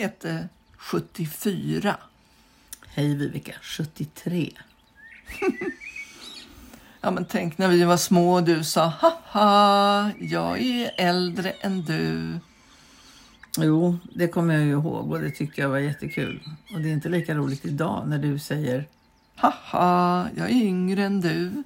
heter 74. Hej Vivica, 73. Ja, men tänk när vi var små och du sa haha, jag är äldre än du. Jo, det kommer jag ju ihåg och det tyckte jag var jättekul. Och det är inte lika roligt idag när du säger haha, jag är yngre än du.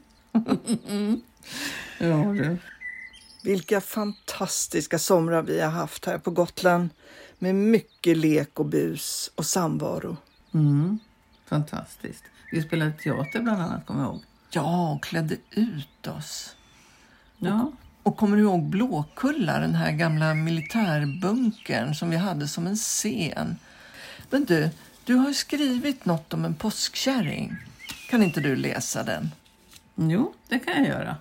Ja, du. Vilka fantastiska somrar vi har haft här på Gotland med mycket lek och bus och samvaro. Fantastiskt. Vi spelade teater bland annat, kommer jag ihåg. Ja, och klädde ut oss. Ja. Och kommer du ihåg Blåkulla, den här gamla militärbunkern som vi hade som en scen? Men du har skrivit något om en påskkärring. Kan inte du läsa den? Jo, det kan jag göra.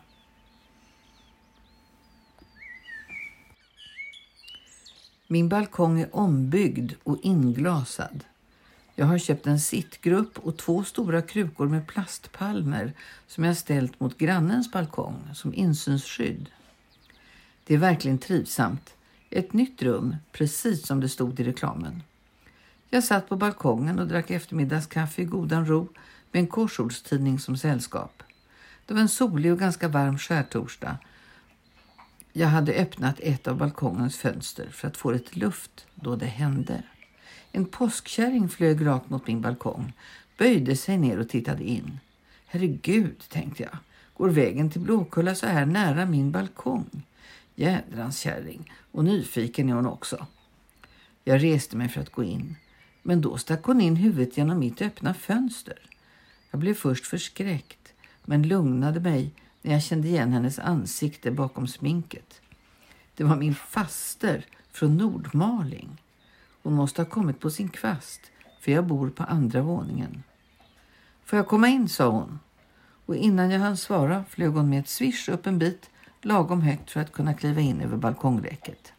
Min balkong är ombyggd och inglasad. Jag har köpt en sittgrupp och 2 stora krukor med plastpalmer som jag ställt mot grannens balkong som insynsskydd. Det är verkligen trivsamt. Ett nytt rum, precis som det stod i reklamen. Jag satt på balkongen och drack eftermiddagskaffe i godan ro med en korsordstidning som sällskap. Det var en solig och ganska varm skärtorsdag. Jag hade öppnat ett av balkongens fönster för att få lite luft då det hände. En påskkärring flög rakt mot min balkong, böjde sig ner och tittade in. Herregud, tänkte jag, går vägen till Blåkulla så här nära min balkong? Jädrans kärring, och nyfiken är hon också. Jag reste mig för att gå in, men då stack hon in huvudet genom mitt öppna fönster. Jag blev först förskräckt, men lugnade mig när jag kände igen hennes ansikte bakom sminket. Det var min faster från Nordmaling. Hon måste ha kommit på sin kvast, för jag bor på andra våningen. Får jag komma in, sa hon. Och innan jag hann svara flög hon med ett swish upp en bit, lagom högt för att kunna kliva in över balkongräcket.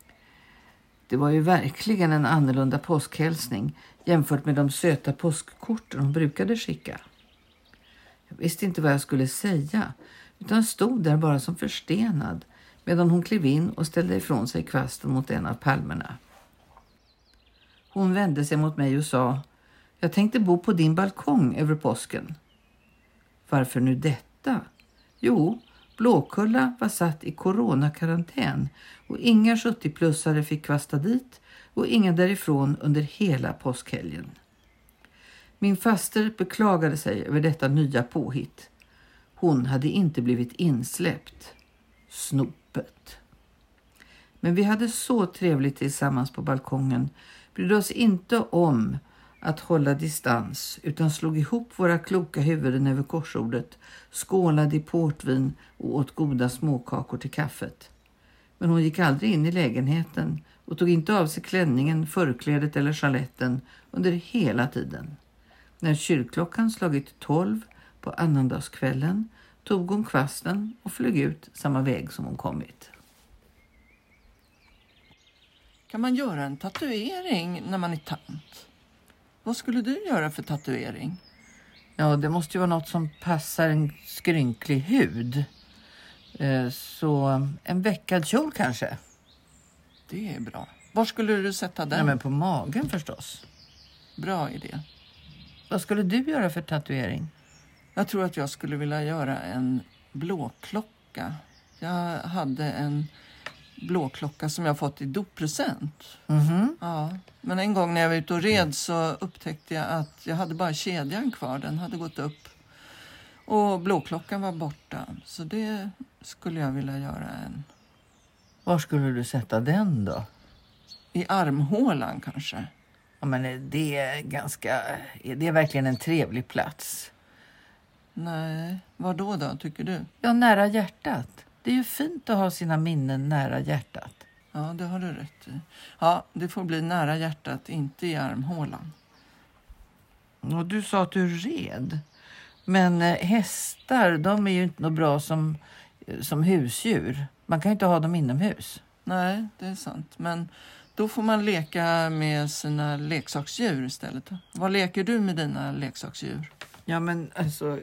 Det var ju verkligen en annorlunda påskhälsning jämfört med de söta påskkorten hon brukade skicka. Jag visste inte vad jag skulle säga, utan stod där bara som förstenad medan hon klev in och ställde ifrån sig kvasten mot en av palmerna. Hon vände sig mot mig och sa: jag tänkte bo på din balkong över påsken. Varför nu detta? Jo, Blåkulla var satt i coronakarantän och inga 70-plussare fick kvasta dit och inga därifrån under hela påskhelgen. Min faster beklagade sig över detta nya påhitt. Hon hade inte blivit insläppt. Snopet. Men vi hade så trevligt tillsammans på balkongen, brydde oss inte om att hålla distans utan slog ihop våra kloka huvuden över korsordet, skålade i portvin och åt goda småkakor till kaffet. Men hon gick aldrig in i lägenheten och tog inte av sig klänningen, förklädet eller chaletten under hela tiden. När kyrkklockan slagit 12 på annandagskvällen tog hon kvasten och flög ut samma väg som hon kommit. Kan man göra en tatuering när man är tant? Vad skulle du göra för tatuering? Ja, det måste ju vara något som passar en skrynklig hud. Så en veckad kjol kanske. Det är bra. Var skulle du sätta den? Ja, men på magen förstås. Bra idé. Vad skulle du göra för tatuering? Jag tror att jag skulle vilja göra en blåklocka. Jag hade en blåklocka som jag fått i doppresent. Ja, men en gång när jag var ute och red så upptäckte jag att jag hade bara kedjan kvar. Den hade gått upp. Och blåklockan var borta. Så det skulle jag vilja göra en. Var skulle du sätta den då? I armhålan kanske. Ja, men det är verkligen en trevlig plats. Nej, vad då tycker du? Ja, nära hjärtat. Det är ju fint att ha sina minnen nära hjärtat. Ja, det har du rätt i. Ja, det får bli nära hjärtat, inte i armhålan. Och du sa att du red. Men hästar, de är ju inte något bra som husdjur. Man kan ju inte ha dem inomhus. Nej, det är sant. Men då får man leka med sina leksaksdjur istället. Vad leker du med dina leksaksdjur? Ja, men alltså,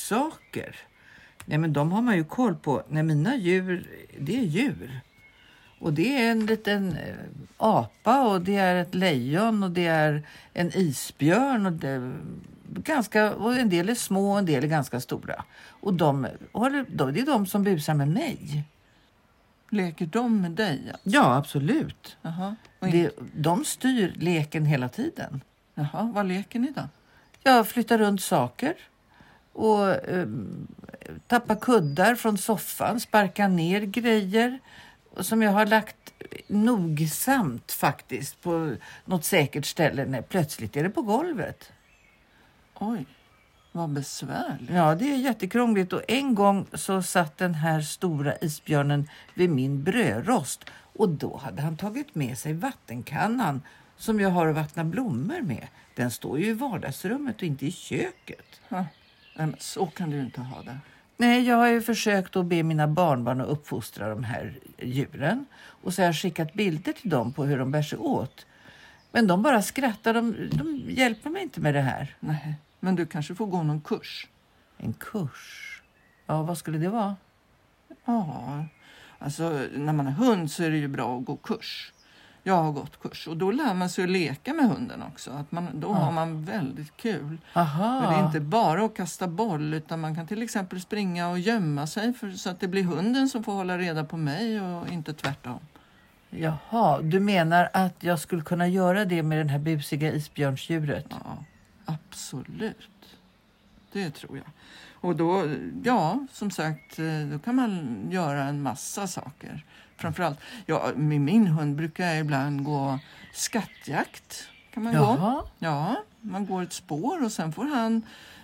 leksaker. Nej, men de har man ju koll på. Nej, mina djur, det är djur. Och det är en liten apa och det är ett lejon och det är en isbjörn och och en del är små och en del är ganska stora. Och det är de som busar med mig. Leker de med dig? Alltså? Ja, absolut. Jaha. De styr leken hela tiden. Jaha, vad leker ni då? Jag flyttar runt saker och tappar kuddar från soffan, sparkar ner grejer som jag har lagt nogsamt faktiskt på något säkert ställe. Nej, plötsligt är det på golvet. Oj, vad besvärligt. Ja, det är jättekrångligt och en gång så satt den här stora isbjörnen vid min brödrost och då hade han tagit med sig vattenkannan som jag har att vattna blommor med. Den står ju i vardagsrummet och inte i köket. Ja, men så kan du inte ha det. Nej, jag har ju försökt att be mina barnbarn att uppfostra de här djuren. Och så har jag skickat bilder till dem på hur de bär sig åt. Men de bara skrattar, de hjälper mig inte med det här. Nej, men du kanske får gå någon kurs. En kurs? Ja, vad skulle det vara? Ja, alltså när man är hund så är det ju bra att gå kurs. Jag har gått kurs och då lär man sig att leka med hunden också. Då har man väldigt kul. Aha. Men det är inte bara att kasta boll utan man kan till exempel springa och gömma sig så att det blir hunden som får hålla reda på mig och inte tvärtom. Jaha, du menar att jag skulle kunna göra det med den här busiga isbjörnsdjuret? Ja, absolut. Det tror jag. Och då, ja, som sagt, då kan man göra en massa saker. Framförallt, med min hund brukar jag ibland gå skattjakt. Kan man gå? Ja, man går ett spår och sen får han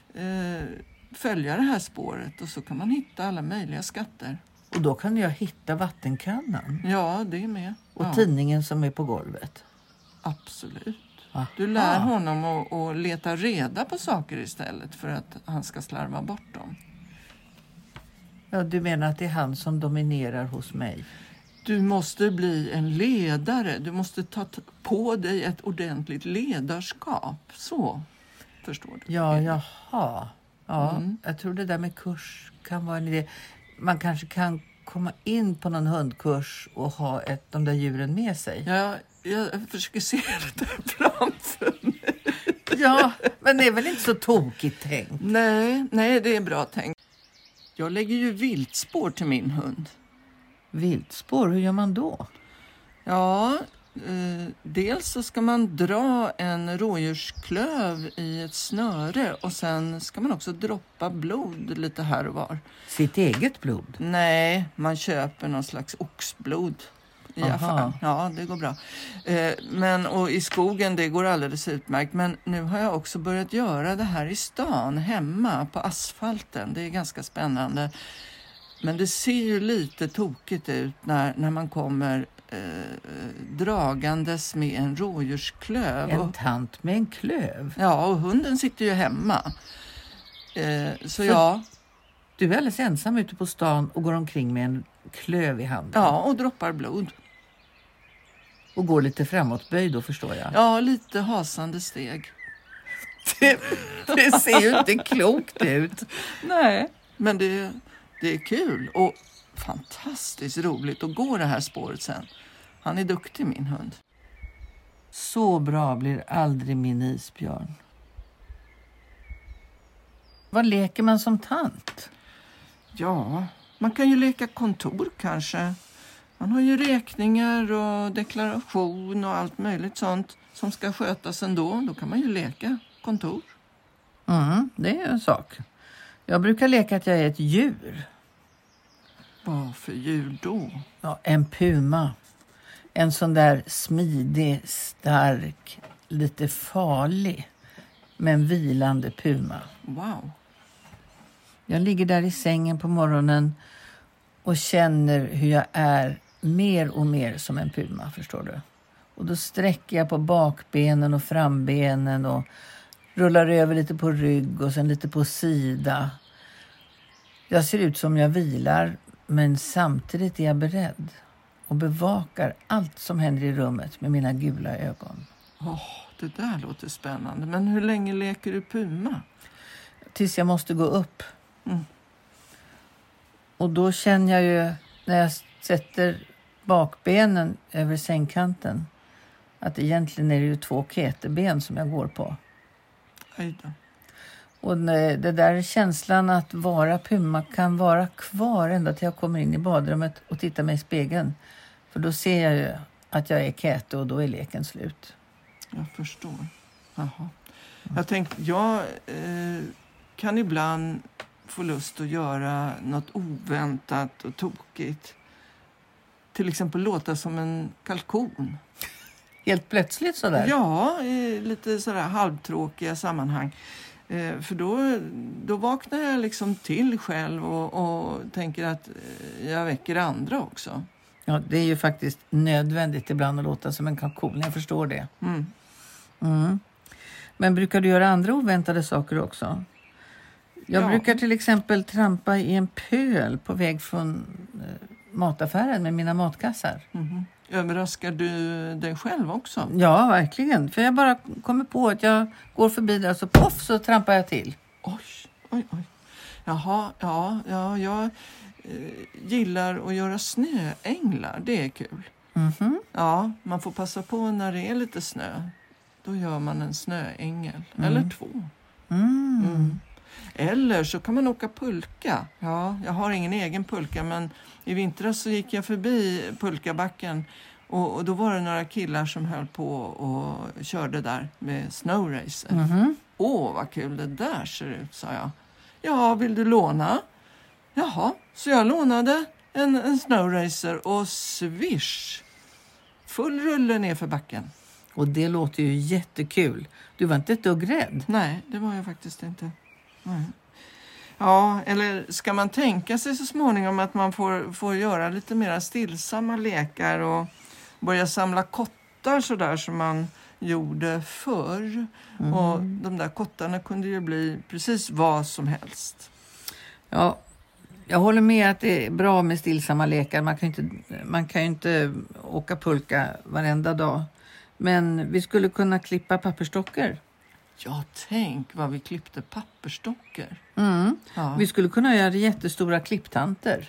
följa det här spåret och så kan man hitta alla möjliga skatter. Och då kan jag hitta vattenkannan? Ja, det är med. Och tidningen som är på golvet? Absolut. Aha. Du lär honom att leta reda på saker istället för att han ska slarva bort dem. Ja, du menar att det är han som dominerar hos mig? Du måste bli en ledare. Du måste ta på dig ett ordentligt ledarskap. Så, förstår du? Ja, jaha. Ja, jag tror det där med kurs kan vara en idé. Man kanske kan komma in på någon hundkurs och ha de där djuren med sig. Ja, jag försöker se det där framför mig. Ja, men det är väl inte så tokigt tänkt? Nej, det är bra tänkt. Jag lägger ju viltspår till min hund. Viltspår, hur gör man då? Ja, dels så ska man dra en rådjursklöv i ett snöre och sen ska man också droppa blod lite här och var. Sitt eget blod? Nej, man köper någon slags oxblod i affären. Ja, det går bra. Och i skogen, det går alldeles utmärkt. Men nu har jag också börjat göra det här i stan, hemma på asfalten. Det är ganska spännande. Men det ser ju lite tokigt ut när man kommer dragandes med en rådjursklöv. En tant med en klöv? Ja, och hunden sitter ju hemma. Så ja. Du är alldeles ensam ute på stan och går omkring med en klöv i handen? Ja, och droppar blod. Och går lite framåtböjd då, förstår jag? Ja, lite hasande steg. Det ser ju inte klokt ut. Nej, men det är kul och fantastiskt roligt att gå det här spåret sen. Han är duktig, min hund. Så bra blir aldrig min isbjörn. Vad leker man som tant? Ja, man kan ju leka kontor kanske. Man har ju räkningar och deklaration och allt möjligt sånt som ska skötas ändå. Då kan man ju leka kontor. Det är en sak. Jag brukar leka att jag är ett djur. Vad för djur då? Ja, en puma. En sån där smidig, stark, lite farlig, men vilande puma. Wow. Jag ligger där i sängen på morgonen och känner hur jag är mer och mer som en puma, förstår du. Och då sträcker jag på bakbenen och frambenen och rullar över lite på rygg och sen lite på sida. Jag ser ut som jag vilar, men samtidigt är jag beredd och bevakar allt som händer i rummet med mina gula ögon. Det där låter spännande. Men hur länge leker du puma? Tills jag måste gå upp. Och då känner jag ju, när jag sätter bakbenen över sängkanten. Att egentligen är det ju 2 keteben som jag går på. Aj då. Och det där känslan att vara puma kan vara kvar ända till jag kommer in i badrummet och tittar mig i spegeln. För då ser jag ju att jag är Käte och då är leken slut. Jag förstår. Jaha. Jag tänkte, jag kan ibland få lust att göra något oväntat och tokigt. Till exempel låta som en kalkon. Helt plötsligt sådär? Ja, i lite sådär halvtråkiga sammanhang. För då vaknar jag liksom till själv och tänker att jag väcker andra också. Ja, det är ju faktiskt nödvändigt ibland att låta som en kalkon. Jag förstår det. Mm. Men brukar du göra andra oväntade saker också? Jag brukar till exempel trampa i en pöl på väg från mataffären med mina matkassar. Överraskar du dig själv också? Ja, verkligen. För jag bara kommer på att jag går förbi där så poff så trampar jag till. Oj. Jaha, jag gillar att göra snöänglar. Det är kul. Ja, man får passa på när det är lite snö. Då gör man en snöängel. Eller 2. Eller så kan man åka pulka. Ja, jag har ingen egen pulka, men i vintras så gick jag förbi pulkabacken och då var det några killar som höll på och körde där med snowracer. Åh, vad kul det där ser ut, sa jag. Ja, vill du låna? Jaha, så jag lånade en snowracer och swish. Full rulle ner för backen. Och det låter ju jättekul. Du var inte ett dugg rädd? Nej, det var jag faktiskt inte. Nej. Ja, eller ska man tänka sig så småningom att man får göra lite mer stillsamma lekar och börja samla kottar sådär som man gjorde förr. Och de där kottarna kunde ju bli precis vad som helst. Ja, jag håller med att det är bra med stillsamma lekar. Man kan ju inte åka pulka varenda dag. Men vi skulle kunna klippa papperstockar. Ja, tänk vad vi klippte papperstockar. Ja. Vi skulle kunna göra jättestora klipptanter.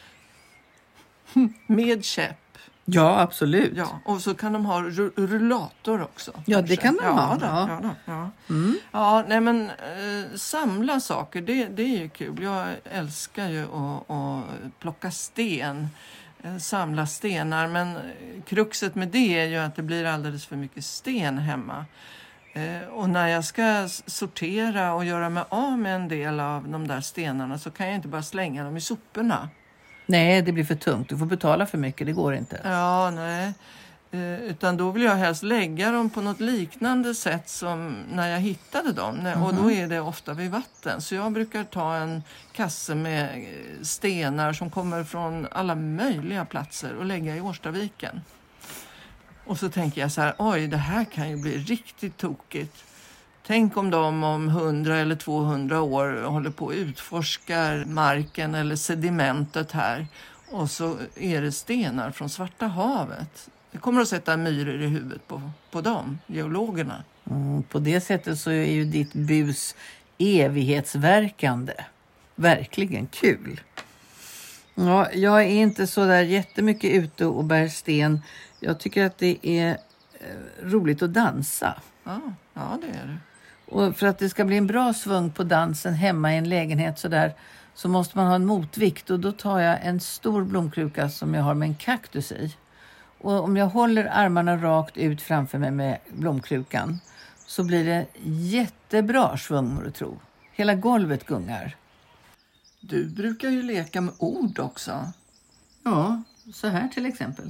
Med käpp. Ja, absolut. Ja, och så kan de ha rullator också. Ja, kanske. Det kan de ha. Ja, nej men samla saker, det är ju kul. Jag älskar ju att plocka sten. Samla stenar, men kruxet med det är ju att det blir alldeles för mycket sten hemma. Och när jag ska sortera och göra mig av med en del av de där stenarna så kan jag inte bara slänga dem i soporna. Nej, det blir för tungt. Du får betala för mycket, det går inte. Ja, nej. Utan då vill jag helst lägga dem på något liknande sätt som när jag hittade dem. Och då är det ofta vid vatten. Så jag brukar ta en kasse med stenar som kommer från alla möjliga platser och lägga i Årstaviken. Och så tänker jag så här, oj, det här kan ju bli riktigt tokigt. Tänk om de om 100 eller 200 år håller på att utforskar marken eller sedimentet här. Och så är det stenar från Svarta havet. Det kommer att sätta myror i huvudet på dem, geologerna. På det sättet så är ju ditt bus evighetsverkande. Verkligen kul. Ja, jag är inte så där jättemycket ute och bär sten. Jag tycker att det är roligt att dansa. Ja, det är det. Och för att det ska bli en bra svung på dansen hemma i en lägenhet så där, så måste man ha en motvikt. Och då tar jag en stor blomkruka som jag har med en kaktus i. Och om jag håller armarna rakt ut framför mig med blomkrukan så blir det jättebra svung, må du tro. Hela golvet gungar. Du brukar ju leka med ord också. Ja, så här till exempel.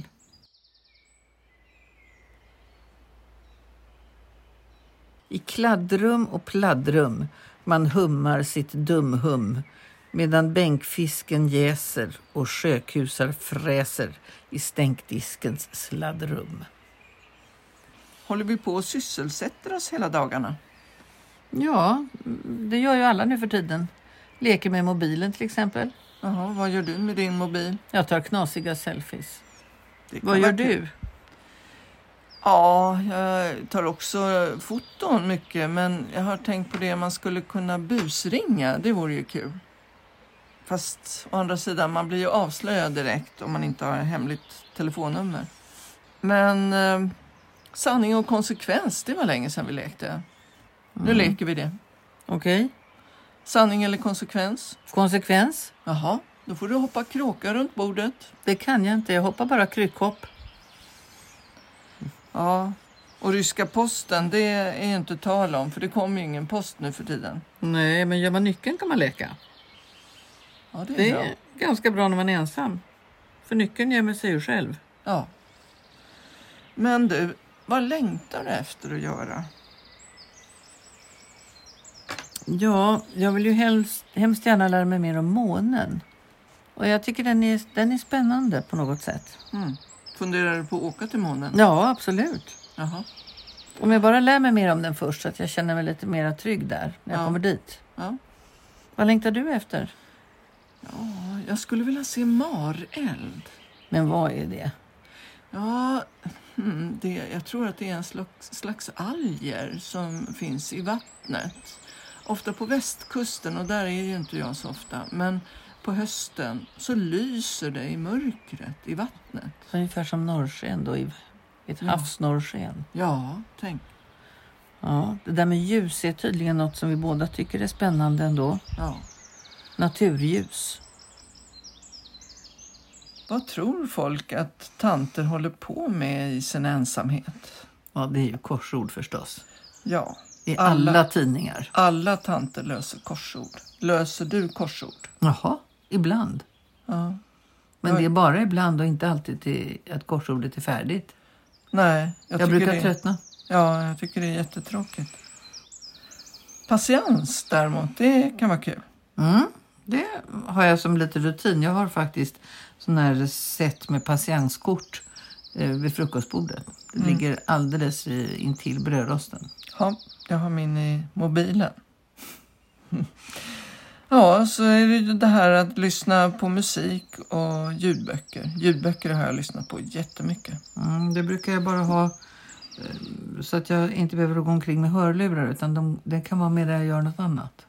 I kladdrum och pladdrum man hummar sitt dumhum medan bänkfisken jäser och sjökusar fräser i stänkdiskens sladdrum. Håller vi på och sysselsätter oss hela dagarna? Ja, det gör ju alla nu för tiden. Leker med mobilen till exempel. Jaha, vad gör du med din mobil? Jag tar knasiga selfies. Vad gör du? Ja, jag tar också foton mycket, men jag har tänkt på det, man skulle kunna busringa, det vore ju kul. Fast å andra sidan, man blir ju avslöjad direkt om man inte har hemligt telefonnummer. Men sanning och konsekvens, det var länge sedan vi lekte. Nu leker vi det. Okej. Sanning eller konsekvens? Konsekvens? Jaha, då får du hoppa kråka runt bordet. Det kan jag inte. Jag hoppar bara kryckhopp. Ja, och ryska posten, det är inte tal om. För det kommer ju ingen post nu för tiden. Nej, men gör man nyckeln kan man leka. Ja, det är Det bra. är ganska bra när man är ensam. För nyckeln gömmer sig ju själv. Ja. Men du, vad längtar du efter att göra? Ja, jag vill ju hemskt gärna lära mig mer om månen. Och jag tycker den är spännande på något sätt. Funderar du på att åka till månen? Ja, absolut. Jaha. Om jag bara lär mig mer om den först så att jag känner mig lite mer trygg där när jag kommer dit. Ja. Vad längtar du efter? Ja, jag skulle vilja se mareld. Men vad är det? Ja, jag tror att det är en slags alger som finns i vattnet. Ofta på västkusten, och där är ju inte jag så ofta. Men på hösten så lyser det i mörkret i vattnet. Ungefär som norrsken då, i ett havsnorrsken. Ja, tänk. Ja, det där med ljus är tydligen något som vi båda tycker är spännande ändå. Ja. Naturljus. Vad tror folk att tanter håller på med i sin ensamhet? Ja, det är ju korsord förstås. Ja. I alla tidningar. Alla tanter löser korsord. Löser du korsord? Jaha, ibland. Ja. Men det är bara ibland och inte alltid till att korsordet är färdigt. Nej, Jag brukar tröttna. Ja, jag tycker det är jättetråkigt. Patiens däremot, det kan vara kul. Det har jag som lite rutin. Jag har faktiskt sån här set med patienskort vid frukostbordet. Det ligger alldeles intill brödrosten. Ja, jag har min i mobilen. Ja, så är det ju det här att lyssna på musik och ljudböcker. Ljudböcker har jag lyssnat på jättemycket. Det brukar jag bara ha så att jag inte behöver gå omkring med hörlurar, utan det kan vara med där jag gör något annat.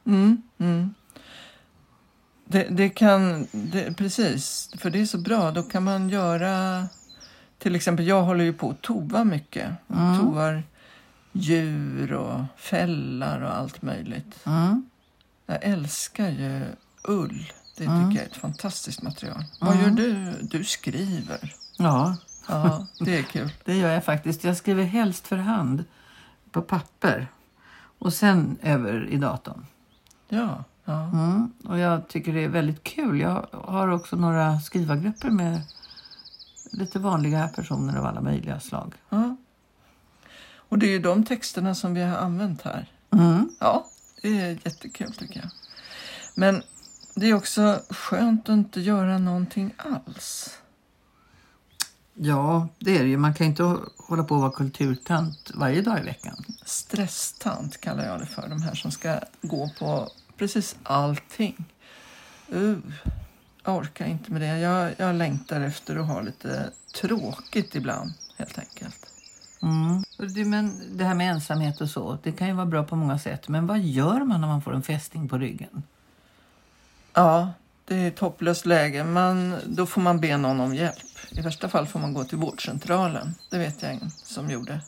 Precis, för det är så bra. Då kan man göra, till exempel jag håller ju på att tova mycket. Tovar djur och fällar och allt möjligt. Jag älskar ju ull. Det tycker jag är ett fantastiskt material. Vad gör du? Du skriver. Ja. Ja, det är kul. Det gör jag faktiskt. Jag skriver helst för hand på papper och sen över i datorn. Ja. Och jag tycker det är väldigt kul. Jag har också några skrivargrupper med lite vanliga personer av alla möjliga slag. Ja. Och det är ju de texterna som vi har använt här. Ja, det är jättekul tycker jag. Men det är också skönt att inte göra någonting alls. Ja, det är det ju. Man kan inte hålla på att vara kulturtant varje dag i veckan. Stresstant kallar jag det för. De här som ska gå på precis allting. Jag orkar inte med det. Jag längtar efter att ha lite tråkigt ibland, helt enkelt. Men det här med ensamhet och så, det kan ju vara bra på många sätt. Men vad gör man när man får en fästing på ryggen? Ja, det är ett hopplöst läge. Då får man be någon om hjälp. I värsta fall får man gå till vårdcentralen. Det vet jag en som gjorde.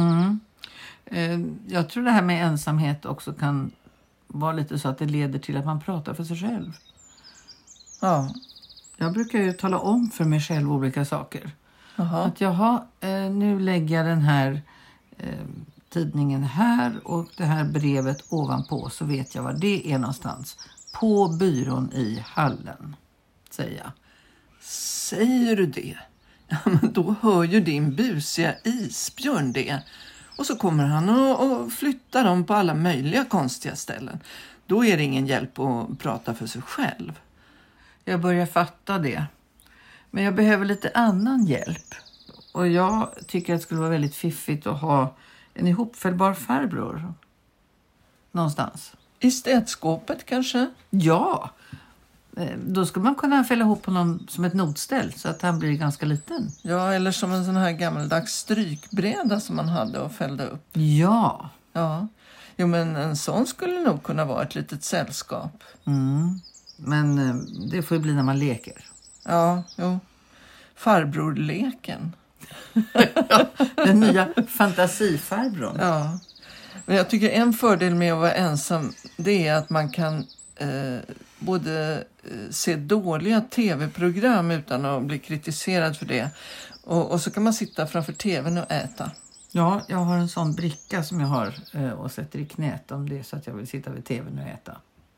Jag tror det här med ensamhet också kan vara lite så att det leder till att man pratar för sig själv. Ja. Jag brukar ju tala om för mig själv olika saker. Jaha. Att nu lägger jag den här tidningen här och det här brevet ovanpå, så vet jag var det är någonstans. På byrån i hallen, säger jag. Säger du det? Ja, men då hör ju din busiga isbjörn det. Och så kommer han och flyttar dem på alla möjliga konstiga ställen. Då är det ingen hjälp att prata för sig själv. Jag börjar fatta det. Men jag behöver lite annan hjälp. Och jag tycker att det skulle vara väldigt fiffigt att ha en ihopfällbar farbror. Någonstans. I städskåpet kanske? Ja. Då skulle man kunna fälla ihop honom som ett notställ så att han blir ganska liten. Ja, eller som en sån här gammaldags strykbräda som man hade och fällde upp. Ja. Ja. Jo, men en sån skulle nog kunna vara ett litet sällskap. Men det får ju bli när man leker. Ja, jo. Farbrorleken. Den nya fantasifarbrorn. Ja. Men jag tycker en fördel med att vara ensam, det är att man kan både se dåliga tv-program utan att bli kritiserad för det. Och så kan man sitta framför tvn och äta. Ja, jag har en sån bricka som jag har och sätter i knät om det är så att jag vill sitta vid tvn och äta.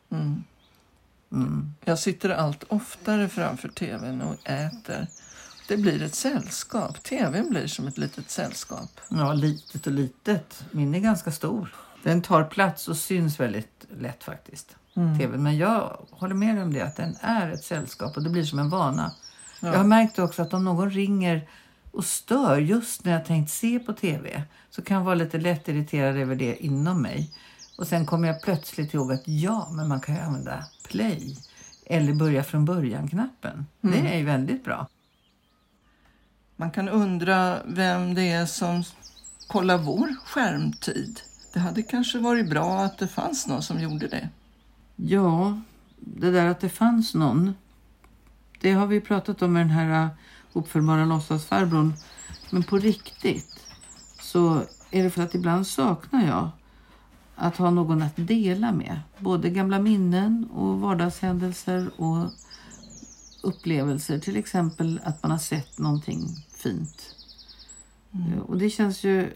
Jag sitter allt oftare framför tvn och äter. Det blir ett sällskap. Tvn blir som ett litet sällskap. Ja, litet och litet. Min är ganska stor. Den tar plats och syns väldigt lätt faktiskt. TVn. Men jag håller med om det, att den är ett sällskap och det blir som en vana. Ja. Jag har märkt också att om någon ringer och stör just när jag tänkt se på tv, så kan jag vara lite lätt irriterad över det inom mig. Och sen kommer jag plötsligt ihåg att men man kan ju använda play eller börja från början-knappen. Det är ju väldigt bra. Man kan undra vem det är som kollar vår skärmtid. Det hade kanske varit bra att det fanns någon som gjorde det. Ja, det där att det fanns någon, det har vi pratat om med den här uppförbara låtsasfarbrorn. Men på riktigt så är det för att ibland saknar jag att ha någon att dela med. Både gamla minnen och vardagshändelser och upplevelser. Till exempel att man har sett någonting fint. Och det känns ju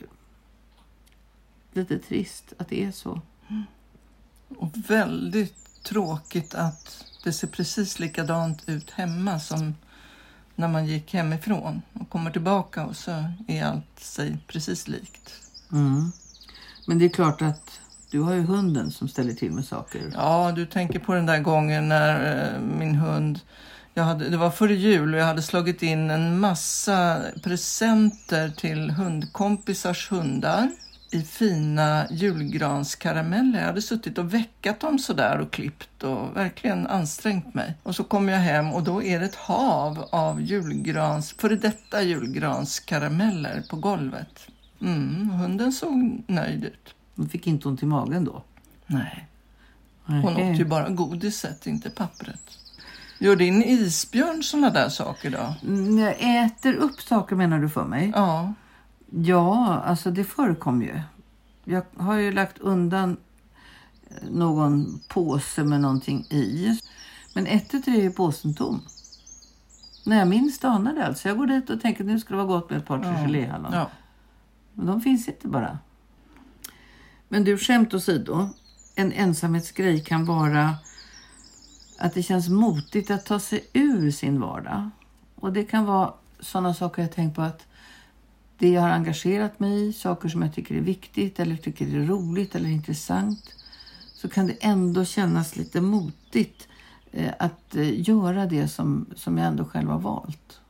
lite trist att det är så. Och väldigt tråkigt att det ser precis likadant ut hemma som när man gick hemifrån. Och kommer tillbaka och så är allt sig precis likt. Men det är klart att du har ju hunden som ställer till med saker. Ja, du tänker på den där gången när min hund... det var före jul och jag hade slagit in en massa presenter till hundkompisars hundar i fina julgranskarameller. Jag hade suttit och väckat dem sådär och klippt och verkligen ansträngt mig. Och så kom jag hem och då är det ett hav av före detta julgranskarameller på golvet. Hunden såg nöjd ut. Hon fick inte ont i magen då? Nej. Hon åt ju bara godiset, inte pappret. Gör din isbjörn såna där saker då? Jag äter upp saker, menar du för mig? Ja. Ja, alltså det förekommer ju. Jag har ju lagt undan någon påse med någonting i. Men ett är ju påsen tom. När jag minst anar det alltså. Jag går dit och tänker att nu ska det vara gott med ett par geléhallon. Ja. Men de finns inte bara. Men du, skämt åsido. En ensamhetsgrej kan vara att det känns motigt att ta sig ur sin vardag. Och det kan vara sådana saker jag tänkt på att det jag har engagerat mig i, saker som jag tycker är viktigt eller tycker är roligt eller intressant, så kan det ändå kännas lite motigt att göra det som jag ändå själv har valt.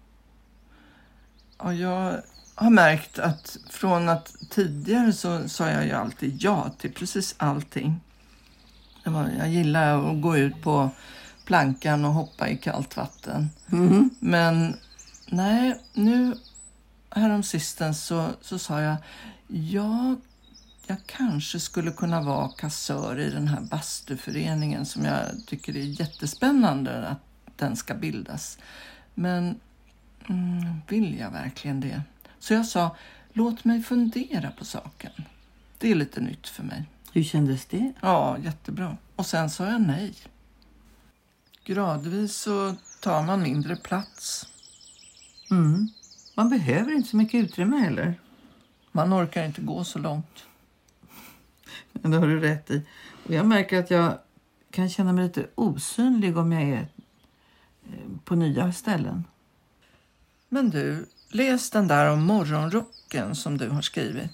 Ja, jag har märkt att från att tidigare så sa jag ju alltid ja till precis allting. Jag gillar att gå ut på plankan och hoppa i kallt vatten. Men nej, nu häromsistens så sa jag jag kanske skulle kunna vara kassör i den här bastuföreningen som jag tycker är jättespännande att den ska bildas. Men vill jag verkligen det? Så jag sa, låt mig fundera på saken. Det är lite nytt för mig. Hur kändes det? Ja, jättebra. Och sen sa jag nej. Gradvis så tar man mindre plats. Man behöver inte så mycket utrymme heller. Man orkar inte gå så långt. Det har du rätt i. Och jag märker att jag kan känna mig lite osynlig om jag är på nya ställen. Men du, läs den där om morgonrocken som du har skrivit.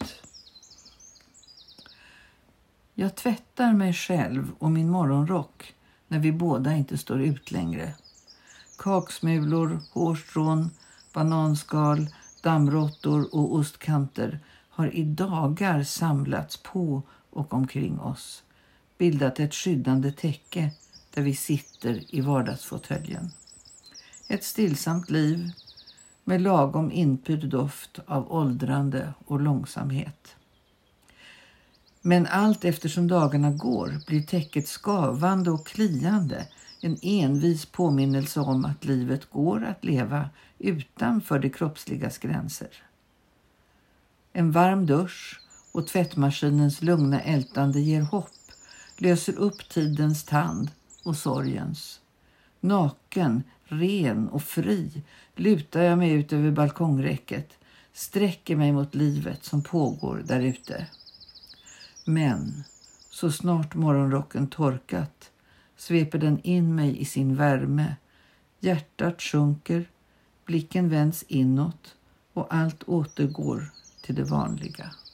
Jag tvättar mig själv och min morgonrock när vi båda inte står ut längre. Kaksmulor, hårstrån, bananskal, dammråttor och ostkanter har i dagar samlats på och omkring oss. Bildat ett skyddande täcke där vi sitter i vardagsfåtöljen. Ett stillsamt liv med lagom inpyrd doft av åldrande och långsamhet. Men allt eftersom dagarna går blir täcket skavande och kliande En envis påminnelse om att livet går att leva utanför det kroppsligas gränser. En varm dusch och tvättmaskinens lugna ältande ger hopp, löser upp tidens tand och sorgens. Naken, ren och fri lutar jag mig ut över balkongräcket, sträcker mig mot livet som pågår där ute. Men så snart morgonrocken torkat sveper den in mig i sin värme. Hjärtat sjunker, blicken vänds inåt och allt återgår till det vanliga.